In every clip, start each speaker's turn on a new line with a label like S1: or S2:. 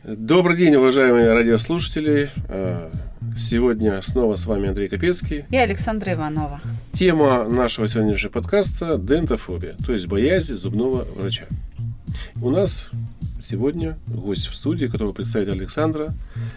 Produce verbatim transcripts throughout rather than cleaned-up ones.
S1: Добрый день, уважаемые радиослушатели. Сегодня снова с вами Андрей Капецкий
S2: и Александра Иванова.
S1: Тема нашего сегодняшнего подкаста – дентофобия, то есть боязнь зубного врача. У нас сегодня гость в студии, которого представит Александра.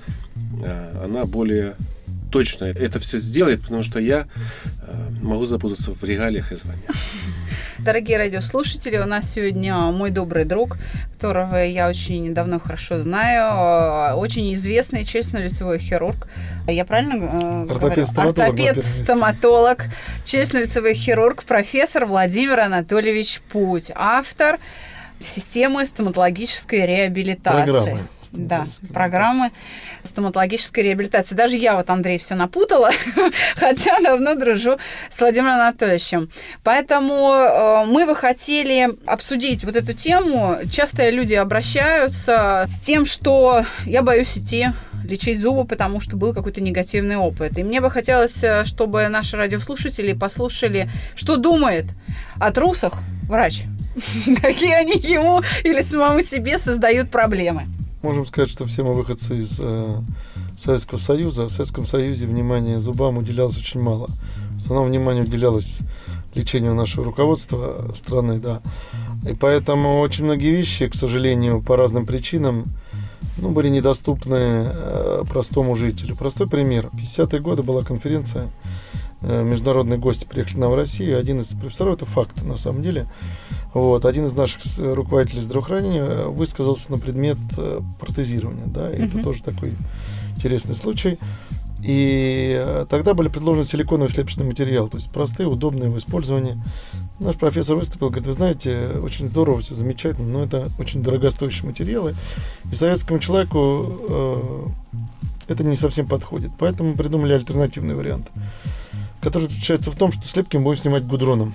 S1: Она более точно это все сделает, потому что я могу запутаться в регалиях и званиях.
S2: Дорогие радиослушатели, у нас сегодня мой добрый друг, которого я очень давно хорошо знаю, очень известный челюстно-лицевой хирург. Я правильно
S3: Ортопед-стоматолог.
S2: Ортопед-стоматолог, челюстно-лицевой хирург, профессор Владимир Анатольевич Путь, автор системы стоматологической реабилитации.
S3: Программы.
S2: Да, программы стоматологической реабилитации. Даже я вот, Андрей, все напутала, хотя давно дружу с Владимиром Анатольевичем. Поэтому э, мы бы хотели обсудить вот эту тему. Часто люди обращаются с тем, что я боюсь идти лечить зубы, потому что был какой-то негативный опыт. И мне бы хотелось, чтобы наши радиослушатели послушали, что думает о трусах врач. Какие они ему или самому себе создают проблемы.
S3: Можем сказать, что все мы выходцы из э, Советского Союза. В Советском Союзе внимание зубам уделялось очень мало. В основном внимание уделялось лечению нашего руководства страны, да. И поэтому очень многие вещи, к сожалению, по разным причинам, ну, были недоступны э, простому жителю. Простой пример. В пятидесятые годы была конференция, э, международные гости приехали нам в Россию. Один из профессоров, это факт на самом деле, вот, один из наших руководителей здравоохранения высказался на предмет э, протезирования. Да, и mm-hmm. это тоже такой интересный случай. И тогда были предложены силиконовые слепочные материалы, то есть простые, удобные в использовании. Наш профессор выступил, говорит: вы знаете, очень здорово, все замечательно, но это очень дорогостоящие материалы, и советскому человеку э, это не совсем подходит. Поэтому мы придумали альтернативный вариант, который заключается в том, что слепки мы будем снимать гудроном.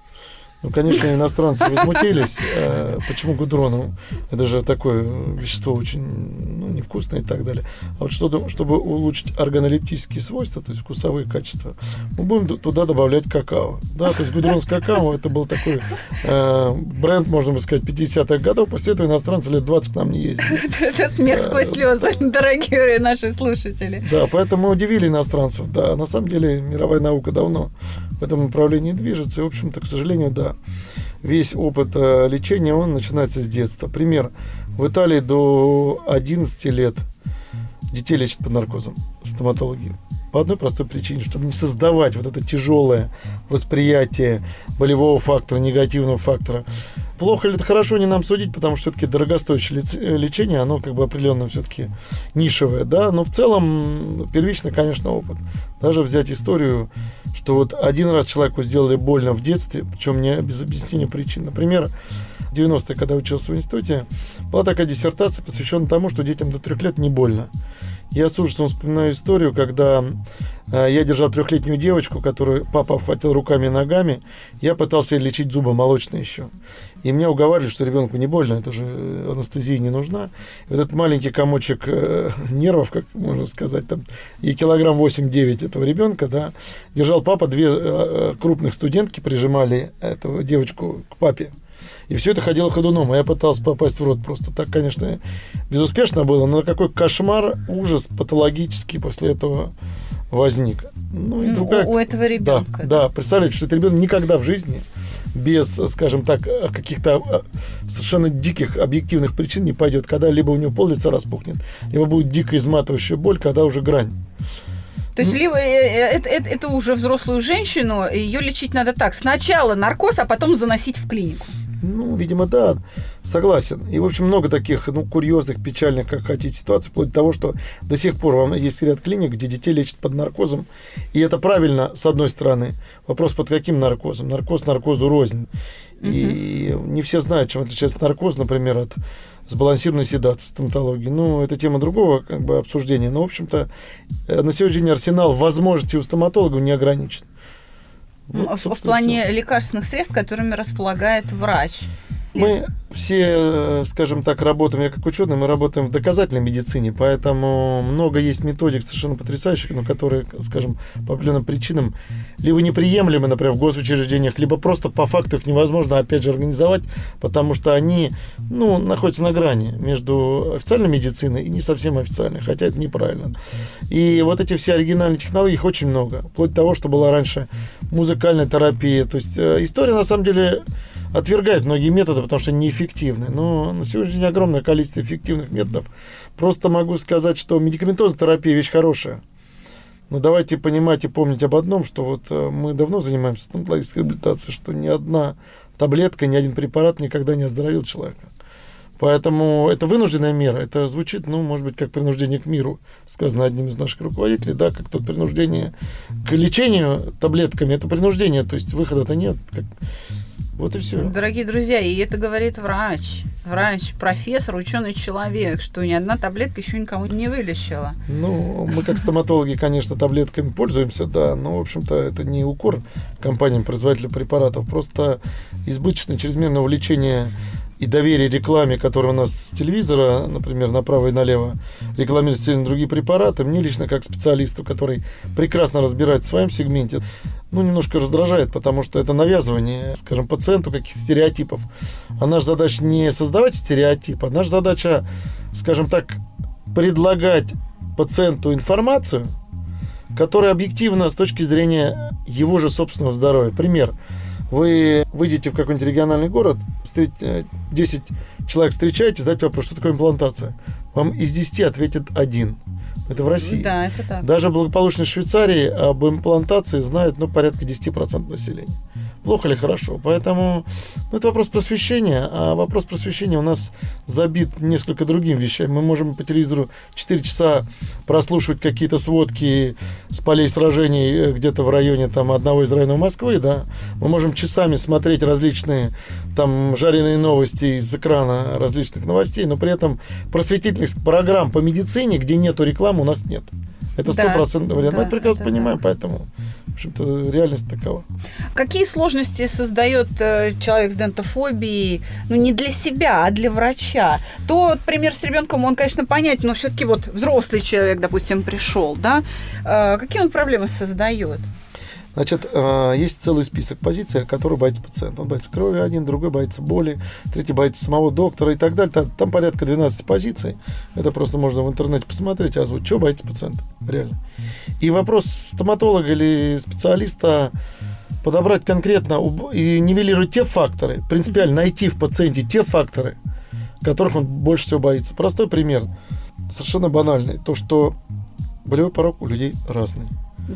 S3: Ну, конечно, иностранцы возмутились. Э, почему гудроном? Это же такое вещество очень ну, невкусное и так далее. А вот что, чтобы улучшить органолептические свойства, то есть вкусовые качества, мы будем туда добавлять какао. Да, то есть гудрон с какао, это был такой э, бренд, можно бы сказать, пятидесятых годов. После этого иностранцы лет двадцать к нам не ездили.
S2: Это смех сквозь слезы, дорогие наши слушатели.
S3: Да, поэтому мы удивили иностранцев. Да, на самом деле мировая наука давно в этом направлении движется. И, в общем-то, к сожалению, да, весь опыт э, лечения, он начинается с детства. Пример. В Италии до одиннадцати лет детей лечат под наркозом стоматологии. По одной простой причине, чтобы не создавать вот это тяжелое восприятие болевого фактора, негативного фактора. Плохо или это хорошо, не нам судить, потому что все-таки дорогостоящее лечение, оно как бы определенно все-таки нишевое, да, но в целом первично, конечно, опыт. Даже взять историю, что вот один раз человеку сделали больно в детстве, причем не без объяснения причин. Например, в девяностые, когда учился в институте, была такая диссертация, посвященная тому, что детям до трех лет не больно. Я с ужасом вспоминаю историю, когда э, я держал трехлетнюю девочку, которую папа обхватил руками и ногами. Я пытался ей лечить зубы молочные еще. И меня уговаривали, что ребенку не больно, это же анестезия не нужна. И вот этот маленький комочек э, нервов, как можно сказать, там, и килограмм восемь-девять этого ребенка, да, держал папа, две э, крупных студентки прижимали эту девочку к папе. И все это ходило ходуном, а я пытался попасть в рот просто. Так, конечно, безуспешно было, но какой кошмар, ужас патологический после этого возник. Ну, и другая...
S2: у, у этого ребенка.
S3: Да, да, представляете, что этот ребенок никогда в жизни без, скажем так, каких-то совершенно диких объективных причин не пойдет, когда либо у него пол лица распухнет, либо будет дикая изматывающая боль, когда уже грань.
S2: То есть, либо это, это, это уже взрослую женщину, ее лечить надо так: сначала наркоз, а потом заносить в клинику.
S3: Ну, видимо, да, согласен. И, в общем, много таких, ну, курьезных, печальных, как хотите, ситуаций, вплоть до того, что до сих пор вам есть ряд клиник, где детей лечат под наркозом. И это правильно, с одной стороны. Вопрос, под каким наркозом? Наркоз наркозу рознь. Uh-huh. И не все знают, чем отличается наркоз, например, от сбалансированной седации, стоматологии. Ну, это тема другого как бы обсуждения. Но, в общем-то, на сегодняшний день арсенал возможностей у стоматологов не ограничен.
S2: Вот, в, в плане все. Лекарственных средств, которыми располагает врач.
S3: Мы все, скажем так, работаем, я как ученый, мы работаем в доказательной медицине, поэтому много есть методик совершенно потрясающих, но которые, скажем, по определенным причинам либо неприемлемы, например, в госучреждениях, либо просто по факту их невозможно, опять же, организовать, потому что они, ну, находятся на грани между официальной медициной и не совсем официальной, хотя это неправильно. И вот эти все оригинальные технологии, их очень много, вплоть до того, что была раньше музыкальная терапия. То есть э, история, на самом деле, отвергает многие методы, потому что они неэффективны. Но на сегодняшний день огромное количество эффективных методов. Просто могу сказать, что медикаментозная терапия – вещь хорошая. Но давайте понимать и помнить об одном, что вот э, мы давно занимаемся стоматологической реабилитацией, что ни одна таблетка, ни один препарат никогда не оздоровил человека. Поэтому это вынужденная мера. Это звучит, ну, может быть, как принуждение к миру, сказано одним из наших руководителей, да, как то принуждение к лечению таблетками. Это принуждение, то есть выхода-то нет. Как... Вот и все.
S2: Дорогие друзья, и это говорит врач. Врач, профессор, ученый человек, что ни одна таблетка еще никого не вылечила.
S3: Ну, мы как стоматологи, конечно, таблетками пользуемся, да, но, в общем-то, это не укор компаниям-производителям препаратов, просто избыточное чрезмерное увлечение и доверие рекламе, которая у нас с телевизора, например, направо и налево, рекламируют те или другие препараты, мне лично, как специалисту, который прекрасно разбирается в своем сегменте, ну, немножко раздражает, потому что это навязывание, скажем, пациенту каких-то стереотипов. А наша задача не создавать стереотипы, а наша задача, скажем так, предлагать пациенту информацию, которая объективна с точки зрения его же собственного здоровья. Пример. Вы выйдете в какой-нибудь региональный город, десять человек встречаете, задайте вопрос, что такое имплантация. Вам из десяти ответит один. Это в России.
S2: Да, это так.
S3: Даже в благополучной Швейцарии об имплантации знают, ну, порядка десять процентов населения. Плохо или хорошо? Поэтому ну, это вопрос просвещения, а вопрос просвещения у нас забит несколько другими вещами. Мы можем по телевизору четыре часа прослушивать какие-то сводки с полей сражений где-то в районе там, одного из районов Москвы, да. Мы можем часами смотреть различные там жареные новости из экрана различных новостей, но при этом просветительных программ по медицине, где нету рекламы, у нас нет. Это стопроцентный вариант. Да, мы это прекрасно это понимаем, да. Поэтому, в общем-то, реальность такова.
S2: Какие сложности создает э, человек с дентофобией, ну, не для себя, а для врача? То, вот, пример с ребенком, он, конечно, понятен, но все-таки вот взрослый человек, допустим, пришел, да? Э, какие он проблемы создает?
S3: Значит, есть целый список позиций, которые боится пациент. Он боится крови один, другой боится боли, третий боится самого доктора и так далее. Там порядка двенадцать позиций. Это просто можно в интернете посмотреть, а вот что боится пациент, реально. И вопрос стоматолога или специалиста подобрать конкретно и нивелировать те факторы, принципиально найти в пациенте те факторы, которых он больше всего боится. Простой пример, совершенно банальный. То, что болевой порог у людей разный.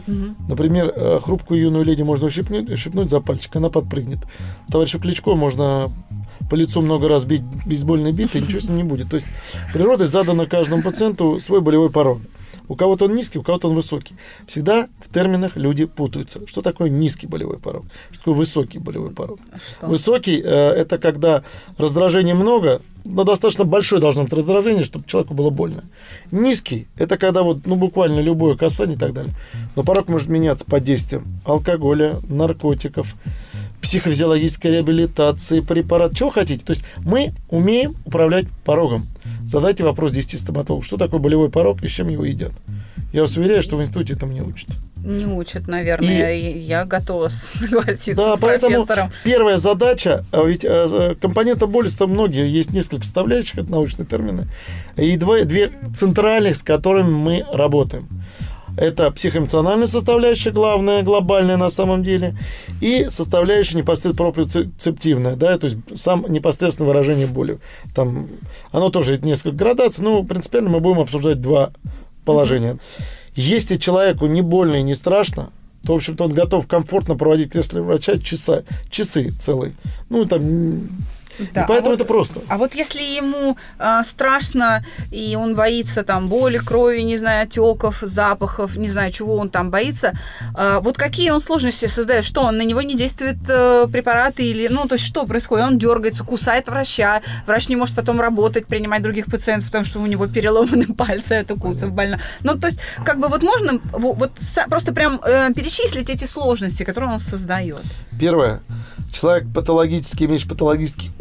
S3: Например, хрупкую юную леди можно ущипнуть, ущипнуть за пальчик, она подпрыгнет. Товарищу Кличко можно по лицу много раз бить бейсбольной битой, ничего с ним не будет. То есть природой задано каждому пациенту свой болевой порог. У кого-то он низкий, у кого-то он высокий. Всегда в терминах люди путаются. Что такое низкий болевой порог? Что такое высокий болевой порог? Что? Высокий э, – это когда раздражения много, но достаточно большое должно быть раздражение, чтобы человеку было больно. Низкий – это когда вот, ну, буквально любое касание и так далее. Но порог может меняться под действием алкоголя, наркотиков, психофизиологической реабилитации, препарат, чего хотите. То есть мы умеем управлять порогом. Задайте вопрос десяти стоматологов, что такое болевой порог и с чем его едят. Я вас уверяю, что в институте этому не учат.
S2: Не учат, наверное. И... Я готова согласиться
S3: да,
S2: с профессором.
S3: Поэтому первая задача, ведь компонента боли там многие, есть несколько составляющих, это научные термины, и два, две центральных, с которыми мы работаем. Это психоэмоциональная составляющая, главная, глобальная на самом деле, и составляющая непосредственно проприоцептивная, да, то есть сам непосредственно выражение боли. Там, оно тоже несколько градаций, но принципиально мы будем обсуждать два положения. Если человеку не больно и не страшно, то, в общем-то, он готов комфортно проводить в кресле врача часа, часы целые. Ну, там...
S2: Да,
S3: и поэтому
S2: а вот,
S3: это просто.
S2: А вот если ему э, страшно, и он боится там боли, крови, не знаю, отеков, запахов, не знаю, чего он там боится, э, вот какие он сложности создает? Что, он на него не действует э, препараты или, ну, то есть что происходит? Он дергается, кусает врача, врач не может потом работать, принимать других пациентов, потому что у него переломаны пальцы от укусов, больно. Ну, то есть, как бы вот можно вот, вот просто прям э, перечислить эти сложности, которые он создает?
S3: Первое. Человек патологически, имеющий патологический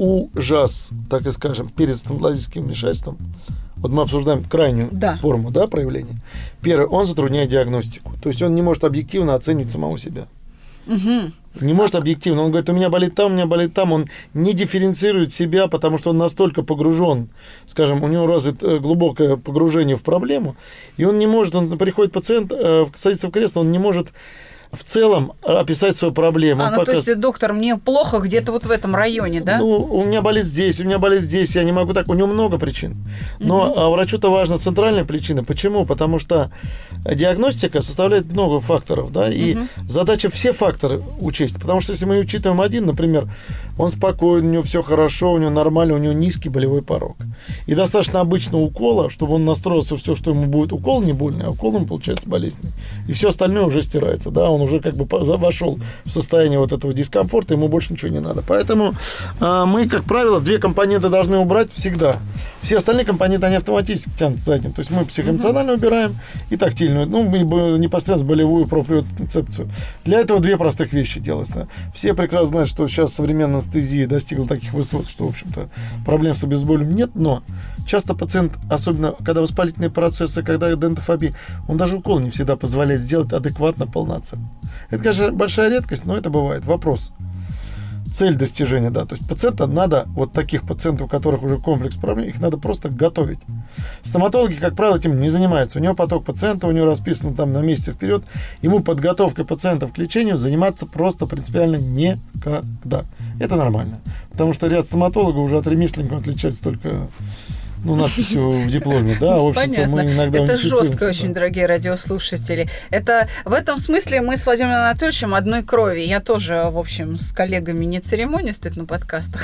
S3: ужас, так и скажем, перед стоматологическим вмешательством. Вот мы обсуждаем крайнюю да. форму да, проявления. Первое, он затрудняет диагностику. То есть он не может объективно оценивать самого себя.
S2: Угу.
S3: Не может объективно. Он говорит, у меня болит там, у меня болит там. Он не дифференцирует себя, потому что он настолько погружен, скажем, у него развито глубокое погружение в проблему, и он не может, он приходит пациент, садится в кресло, он не может в целом описать свою проблему.
S2: А, ну показ... то есть, доктор, мне плохо где-то вот в этом районе, да?
S3: Ну, у меня болит здесь, у меня болит здесь, я не могу так. У него много причин. Но угу. а врачу-то важна центральная причина. Почему? Потому что диагностика составляет много факторов, да, и угу. задача все факторы учесть. Потому что если мы учитываем один, например, он спокоен, у него все хорошо, у него нормально, у него низкий болевой порог. И достаточно обычного укола, чтобы он настроился, все, что ему будет укол не больный, а укол ему получается болезненный. И все остальное уже стирается, да, он уже как бы вошел в состояние вот этого дискомфорта, ему больше ничего не надо. Поэтому э, мы, как правило, две компоненты должны убрать всегда. Все остальные компоненты, они автоматически тянутся за этим. То есть мы психоэмоционально убираем и тактильную, ну, мы непосредственно болевую проприоцепцию. Для этого две простых вещи делаются. Все прекрасно знают, что сейчас современная анестезия достигла таких высот, что, в общем-то, проблем с обезболиванием нет, но часто пациент, особенно когда воспалительные процессы, когда дентофобия, он даже укол не всегда позволяет сделать адекватно, полноценно. Это, конечно, большая редкость, но это бывает. Вопрос. Цель достижения, да. То есть пациента надо, вот таких пациентов, у которых уже комплекс проблем, их надо просто готовить. Стоматологи, как правило, этим не занимаются. У него поток пациента, у него расписано там на месяц вперед. Ему подготовкой пациентов к лечению заниматься просто принципиально никогда. Это нормально. Потому что ряд стоматологов уже от ремесленников отличается только... Ну, надписью в дипломе, да, в общем-то,
S2: понятно.
S3: Мы иногда
S2: это жестко
S3: да.
S2: очень, дорогие радиослушатели. Это в этом смысле мы с Владимиром Анатольевичем одной крови. Я тоже, в общем, с коллегами не церемонюсь тут на подкастах.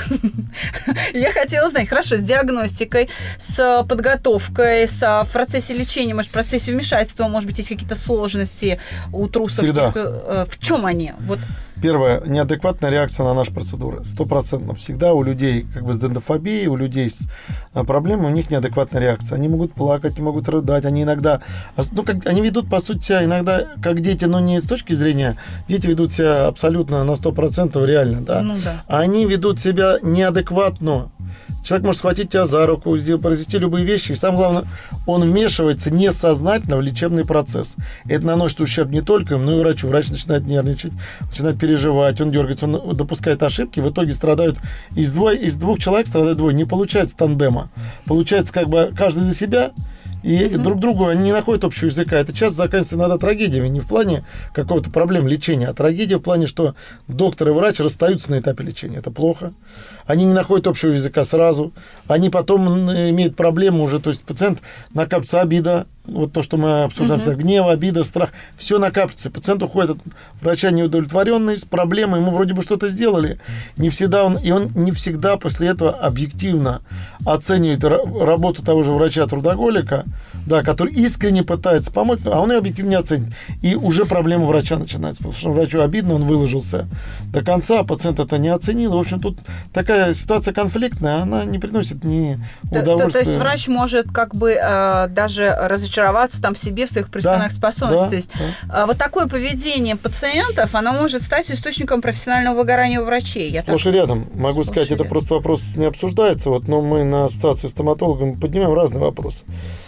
S2: Я хотела узнать, хорошо, с диагностикой, с подготовкой, с, в процессе лечения, может, в процессе вмешательства, может быть, есть какие-то сложности у трусов?
S3: Всегда.
S2: В чем они? Вот.
S3: Первое, неадекватная реакция на наши процедуры. Стопроцентно. Всегда у людей как бы с дентофобией, у людей с проблемой, у них неадекватная реакция. Они могут плакать, они могут рыдать, они иногда... Ну, как, они ведут, по сути, себя иногда как дети, но не с точки зрения... Дети ведут себя абсолютно на сто процентов реально, да?
S2: Ну, да.
S3: А они ведут себя неадекватно. Человек может схватить тебя за руку, произвести любые вещи, и самое главное, он вмешивается несознательно в лечебный процесс. Это наносит ущерб не только им, но и врачу. Врач начинает нервничать, начинает переживать, он дергается, он допускает ошибки, в итоге страдают из, двое, из двух человек страдают двое. Не получается тандема. Получается как бы каждый за себя, и mm-hmm. друг другу они не находят общего языка. Это часто заканчивается иногда трагедиями, не в плане какого-то проблем лечения, а трагедия в плане, что доктор и врач расстаются на этапе лечения. Это плохо. Они не находят общего языка сразу. Они потом имеют проблемы уже. То есть пациент накапливается обида, вот то, что мы обсуждаем, uh-huh. гнев, обида, страх, все накапливается. Пациент уходит от врача неудовлетворенный, с проблемой, ему вроде бы что-то сделали. Не всегда он, и он не всегда после этого объективно оценивает работу того же врача-трудоголика, да, который искренне пытается помочь, а он ее объективно не оценит. И уже проблема врача начинается, потому что врачу обидно, он выложился до конца, а пациент это не оценил. В общем, тут такая ситуация конфликтная, она не приносит ни удовольствия.
S2: То, то, то есть врач может как бы э, даже разочароваться там в себе, в своих профессиональных да, способностях.
S3: Да,
S2: то есть
S3: да.
S2: вот такое поведение пациентов, оно может стать источником профессионального выгорания у врачей. Я
S3: Сплошь
S2: так...
S3: и рядом. Могу
S2: Сплошь
S3: сказать, это
S2: рядом.
S3: просто вопрос не обсуждается, вот, но мы на ассоциации стоматологов поднимаем разные вопросы.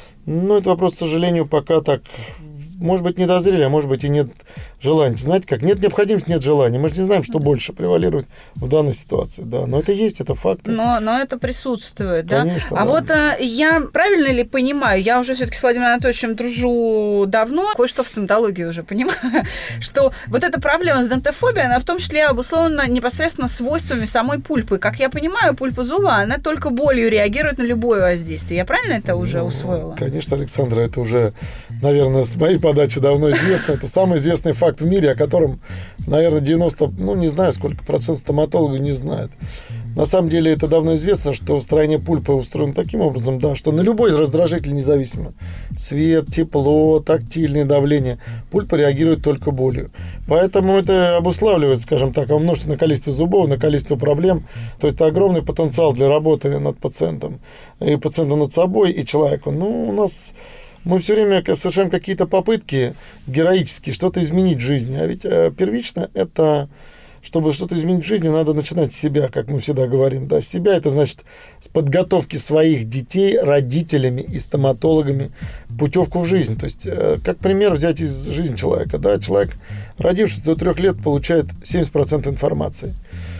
S3: Но этот вопрос, к сожалению, пока так, может быть, не дозрели, а может быть, и нет желания. Знаете как? Нет необходимости, нет желания. Мы же не знаем, что больше превалирует в данной ситуации. Да. Но это есть, это факт.
S2: Но, но это присутствует, да?
S3: Конечно,
S2: а
S3: да.
S2: вот а, я правильно ли понимаю, я уже все-таки с Владимиром Анатольевичем дружу давно, кое-что в стоматологии уже понимаю, что вот эта проблема с дентофобией, она в том числе обусловлена непосредственно свойствами самой пульпы. Как я понимаю, пульпа зуба, она только болью реагирует на любое воздействие. Я правильно это уже
S3: ну,
S2: усвоила?
S3: Конечно, Александра, это уже, наверное, с моей подачи давно известно. Это самый известный факт в мире, о котором, наверное, девяносто, ну, не знаю, сколько процентов стоматологов не знает. На самом деле, это давно известно, что строение пульпы устроено таким образом, да, что на любой раздражитель независимо. Свет, тепло, тактильное давление. Пульпа реагирует только болью. Поэтому это обуславливает, скажем так, умножьте на количество зубов, на количество проблем. То есть это огромный потенциал для работы над пациентом. И пациентом над собой, и человеком. Ну, у нас... Мы все время совершаем какие-то попытки героические что-то изменить в жизни. А ведь э, первично это чтобы что-то изменить в жизни, надо начинать с себя, как мы всегда говорим. Да, с себя это значит с подготовки своих детей родителями и стоматологами путевку в жизнь. То есть, как пример взять из жизни человека. Да, человек, родившись до трех лет, получает семьдесят процентов информации.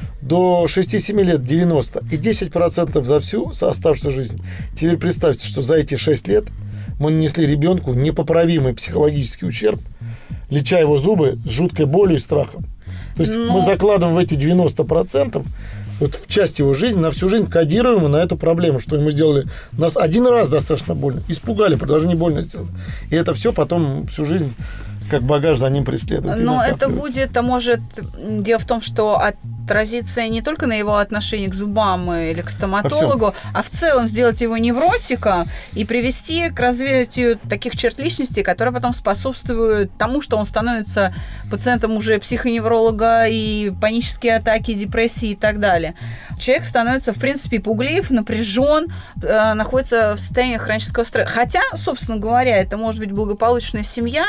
S3: До шести-семи лет девяносто процентов и десять процентов за всю оставшуюся жизнь. Теперь представьте, что за эти шесть лет мы нанесли ребенку непоправимый психологический ущерб, леча его зубы с жуткой болью и страхом. То есть Но... мы закладываем в эти девяносто процентов вот в часть его жизни, на всю жизнь кодируем на эту проблему, что ему сделали. Нас один раз достаточно больно, испугали, даже не больно сделали. И это все потом всю жизнь как багаж за ним преследует.
S2: Но это будет, а может, дело в том, что отразится не только на его отношении к зубам или к стоматологу, а в целом сделать его невротиком и привести к развитию таких черт личности, которые потом способствуют тому, что он становится пациентом уже психоневролога, и панические атаки, депрессии и так далее. Человек становится, в принципе, пуглив, напряжен, э, находится в состоянии хронического стресса. Хотя, собственно говоря, это может быть благополучная семья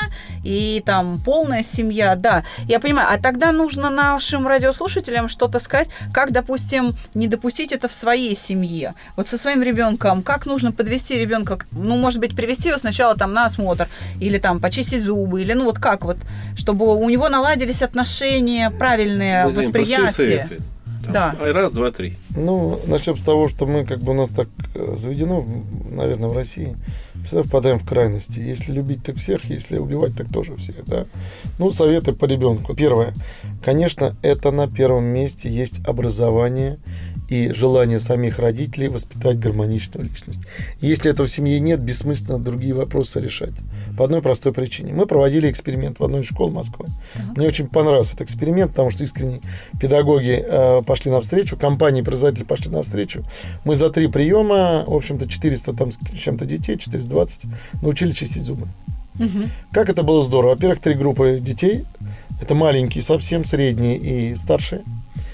S2: и там полная семья, да. Я понимаю, а тогда нужно нашим радиослушателям что-то сказать, как, допустим, не допустить это в своей семье. Вот со своим ребенком, как нужно подвести ребенка, ну, может быть, привести его сначала там на осмотр, или там почистить зубы, или ну вот как вот, чтобы у него наладились отношения, правильные
S1: Владимир,
S2: восприятия.
S1: Там,
S2: да.
S1: Раз, два, три.
S3: Ну, начнем с того, что мы, как бы у нас так заведено, наверное, в России, всегда впадаем в крайности. Если любить, так всех, если убивать, так тоже всех, да. Ну, советы по ребенку. Первое. Конечно, это на первом месте есть образование и желание самих родителей воспитать гармоничную личность. Если этого в семье нет, бессмысленно другие вопросы решать. По одной простой причине. Мы проводили эксперимент в одной из школ Москвы. Так. Мне очень понравился этот эксперимент, потому что искренне педагоги э, пошли навстречу, компании-производители пошли навстречу. Мы за три приема, в общем-то, четыреста там с чем-то детей, четыреста двадцать, научили чистить зубы. Угу. Как это было здорово. Во-первых, три группы детей. Это маленькие, совсем средние и старшие.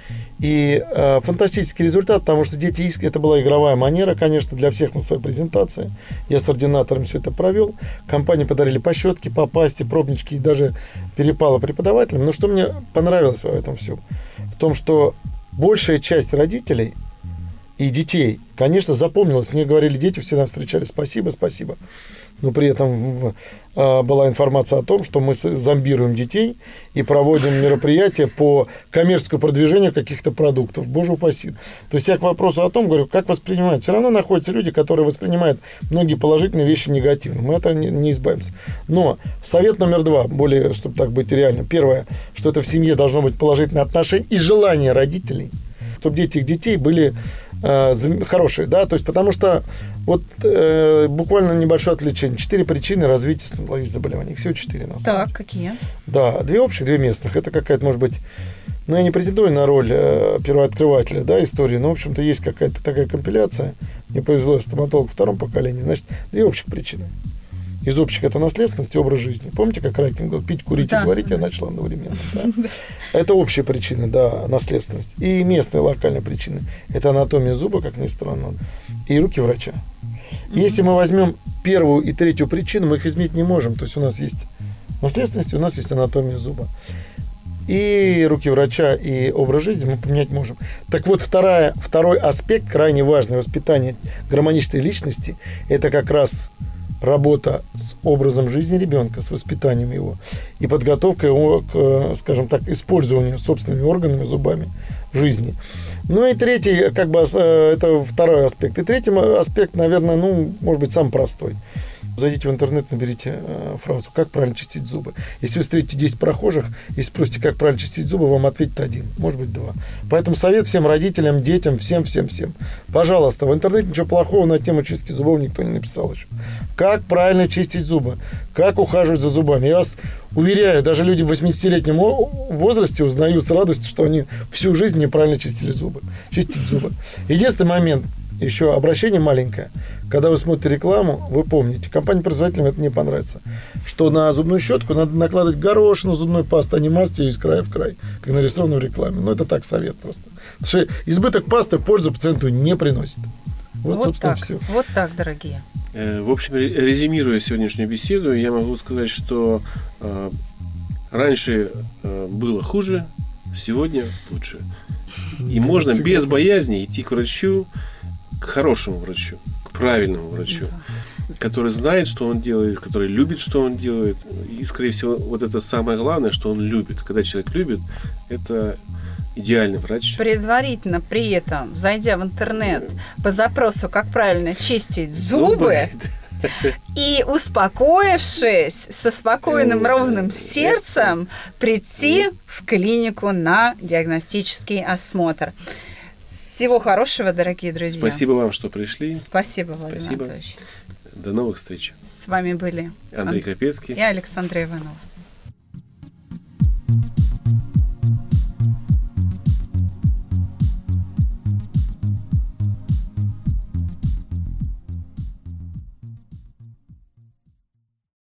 S3: И э, фантастический результат, потому что дети искренне, это была игровая манера, конечно, для всех на своей презентации. Я с ординатором все это провел. Компании подарили по щетке, по пасте, пробнички и даже перепало преподавателям. Но что мне понравилось в этом всем? В том, что большая часть родителей и детей, конечно, запомнилась. Мне говорили, дети всегда встречали спасибо, спасибо. Но при этом э, была информация о том, что мы зомбируем детей и проводим мероприятия по коммерческому продвижению каких-то продуктов. Боже упаси. То есть я к вопросу о том говорю, как воспринимают. Все равно находятся люди, которые воспринимают многие положительные вещи негативно. Мы от этого не, не избавимся. Но совет номер два, более, чтобы так быть реальным. Первое, что это в семье должно быть положительное отношение и желание родителей, чтобы дети их детей были э, хорошие, да, то есть потому что вот э, буквально небольшое отвлечение. Четыре причины развития стоматологических заболеваний. Их всего четыре на самом
S2: Так, какие?
S3: Да, две общих, две местных. Это какая-то, может быть, ну, я не претендую на роль э, первооткрывателя, да, истории, но, в общем-то, есть какая-то такая компиляция. Мне повезло, я стоматолог втором поколении. Значит, две общих причины. Из общих это наследственность и образ жизни. Помните, как Райкин говорил, пить, курить да. и говорить, я начала одновременно. Да? Это общие причины, да, наследственность. И местные локальные причины. Это анатомия зуба, как ни странно, и руки врача. Если мы возьмем первую и третью причину, мы их изменить не можем. То есть у нас есть наследственность, у нас есть анатомия зуба. И руки врача, и образ жизни мы поменять можем. Так вот, вторая, второй аспект, крайне важный, воспитание гармоничной личности, это как раз работа с образом жизни ребенка, с воспитанием его и подготовкой его к, скажем так, использованию собственными органами, зубами в жизни. Ну и третий, как бы, это второй аспект. И третий аспект, наверное, ну, может быть, самый простой. Зайдите в интернет, наберите э, фразу «Как правильно чистить зубы». Если вы встретите десять прохожих и спросите, как правильно чистить зубы, вам ответит один, может быть, два. Поэтому совет всем родителям, детям, всем, всем, всем. Пожалуйста, в интернете ничего плохого на тему чистки зубов никто не написал еще. Как правильно чистить зубы, как ухаживать за зубами. Я вас уверяю, даже люди в восьмидесятилетнем возрасте узнают с радостью, что они всю жизнь неправильно чистили зубы. Чистить зубы. Единственный момент, еще обращение маленькое. Когда вы смотрите рекламу, вы помните, компании-производителям это не понравится, что на зубную щетку надо накладывать горошину зубной пасты, а не масть ее из края в край, как нарисовано в рекламе. Ну, это так совет просто. Потому что избыток пасты пользу пациенту не приносит. Вот,
S2: вот
S3: собственно,
S2: так.
S3: все.
S2: Вот так, дорогие.
S1: В общем, резюмируя сегодняшнюю беседу, я могу сказать, что э, раньше э, было хуже, сегодня лучше. И можно без боязни идти к врачу, к хорошему врачу, к правильному врачу, который знает, что он делает, который любит, что он делает. И, скорее всего, вот это самое главное, что он любит. Когда человек любит, это идеальный врач.
S2: Предварительно при этом, зайдя в интернет по запросу, как правильно чистить зубы, и успокоившись, со спокойным ровным сердцем прийти в клинику на диагностический осмотр. Всего хорошего, дорогие друзья.
S1: Спасибо вам, что пришли.
S2: Спасибо, Владимир
S1: Спасибо.
S2: Анатольевич.
S1: До новых встреч.
S2: С вами были
S1: Андрей Капецкий
S2: и Александра Иванова.